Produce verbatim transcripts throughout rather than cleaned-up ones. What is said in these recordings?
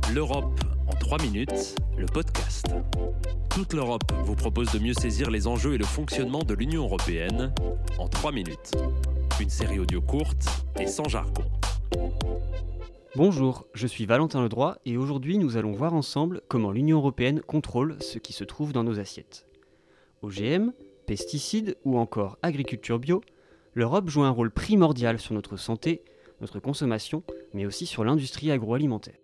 L'Europe en trois minutes, le podcast. Toute l'Europe vous propose de mieux saisir les enjeux et le fonctionnement de l'Union européenne en trois minutes. Une série audio courte et sans jargon. Bonjour, je suis Valentin Ledroit et aujourd'hui nous allons voir ensemble comment l'Union européenne contrôle ce qui se trouve dans nos assiettes. O G M, pesticides ou encore agriculture bio, l'Europe joue un rôle primordial sur notre santé, notre consommation, mais aussi sur l'industrie agroalimentaire.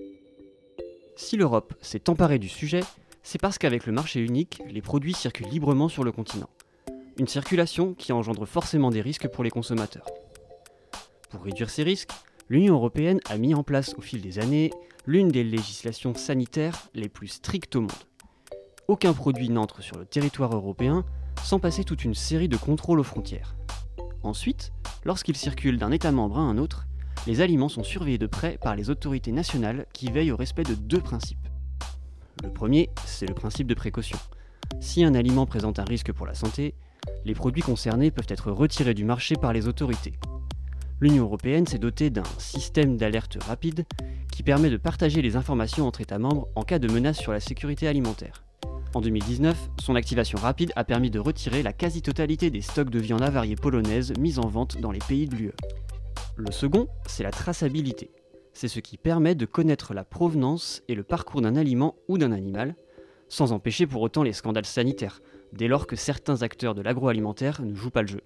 Si l'Europe s'est emparée du sujet, c'est parce qu'avec le marché unique, les produits circulent librement sur le continent. Une circulation qui engendre forcément des risques pour les consommateurs. Pour réduire ces risques, l'Union européenne a mis en place au fil des années l'une des législations sanitaires les plus strictes au monde. Aucun produit n'entre sur le territoire européen sans passer toute une série de contrôles aux frontières. Ensuite, lorsqu'il circule d'un État membre à un autre, les aliments sont surveillés de près par les autorités nationales qui veillent au respect de deux principes. Le premier, c'est le principe de précaution. Si un aliment présente un risque pour la santé, les produits concernés peuvent être retirés du marché par les autorités. L'Union européenne s'est dotée d'un système d'alerte rapide qui permet de partager les informations entre États membres en cas de menace sur la sécurité alimentaire. En deux mille dix-neuf, son activation rapide a permis de retirer la quasi-totalité des stocks de viande avariée polonaise mis en vente dans les pays de l'U E. Le second, c'est la traçabilité. C'est ce qui permet de connaître la provenance et le parcours d'un aliment ou d'un animal, sans empêcher pour autant les scandales sanitaires, dès lors que certains acteurs de l'agroalimentaire ne jouent pas le jeu.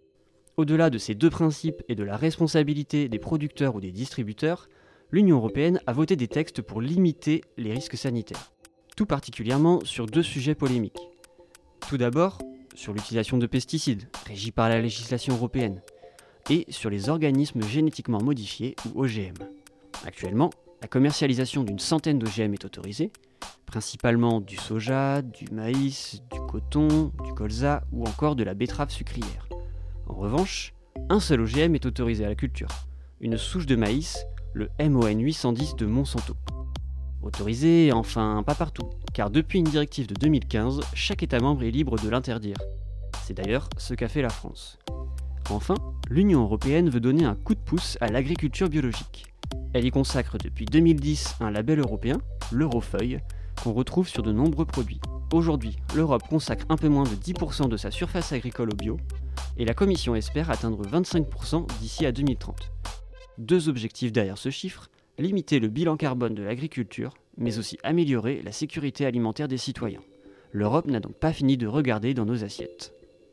Au-delà de ces deux principes et de la responsabilité des producteurs ou des distributeurs, l'Union européenne a voté des textes pour limiter les risques sanitaires, tout particulièrement sur deux sujets polémiques. Tout d'abord, sur l'utilisation de pesticides, régie par la législation européenne, et sur les organismes génétiquement modifiés ou O G M. Actuellement, la commercialisation d'une centaine d'O G M est autorisée, principalement du soja, du maïs, du coton, du colza ou encore de la betterave sucrière. En revanche, un seul O G M est autorisé à la culture, une souche de maïs, le M O N huit cent dix de Monsanto. Autorisé, enfin pas partout, car depuis une directive de deux mille quinze, chaque État membre est libre de l'interdire. C'est d'ailleurs ce qu'a fait la France. Enfin, l'Union européenne veut donner un coup de pouce à l'agriculture biologique. Elle y consacre depuis deux mille dix un label européen, l'Eurofeuille, qu'on retrouve sur de nombreux produits. Aujourd'hui, l'Europe consacre un peu moins de dix pour cent de sa surface agricole au bio, et la Commission espère atteindre vingt-cinq pour cent d'ici à deux mille trente. Deux objectifs derrière ce chiffre, limiter le bilan carbone de l'agriculture, mais aussi améliorer la sécurité alimentaire des citoyens. L'Europe n'a donc pas fini de regarder dans nos assiettes.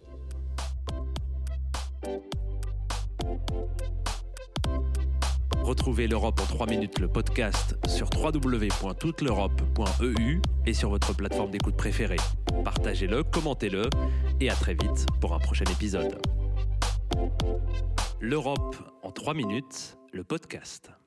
Retrouvez l'Europe en trois minutes, le podcast, sur w w w point toute l'europe point e u et sur votre plateforme d'écoute préférée. Partagez-le, commentez-le et à très vite pour un prochain épisode. L'Europe en trois minutes, le podcast.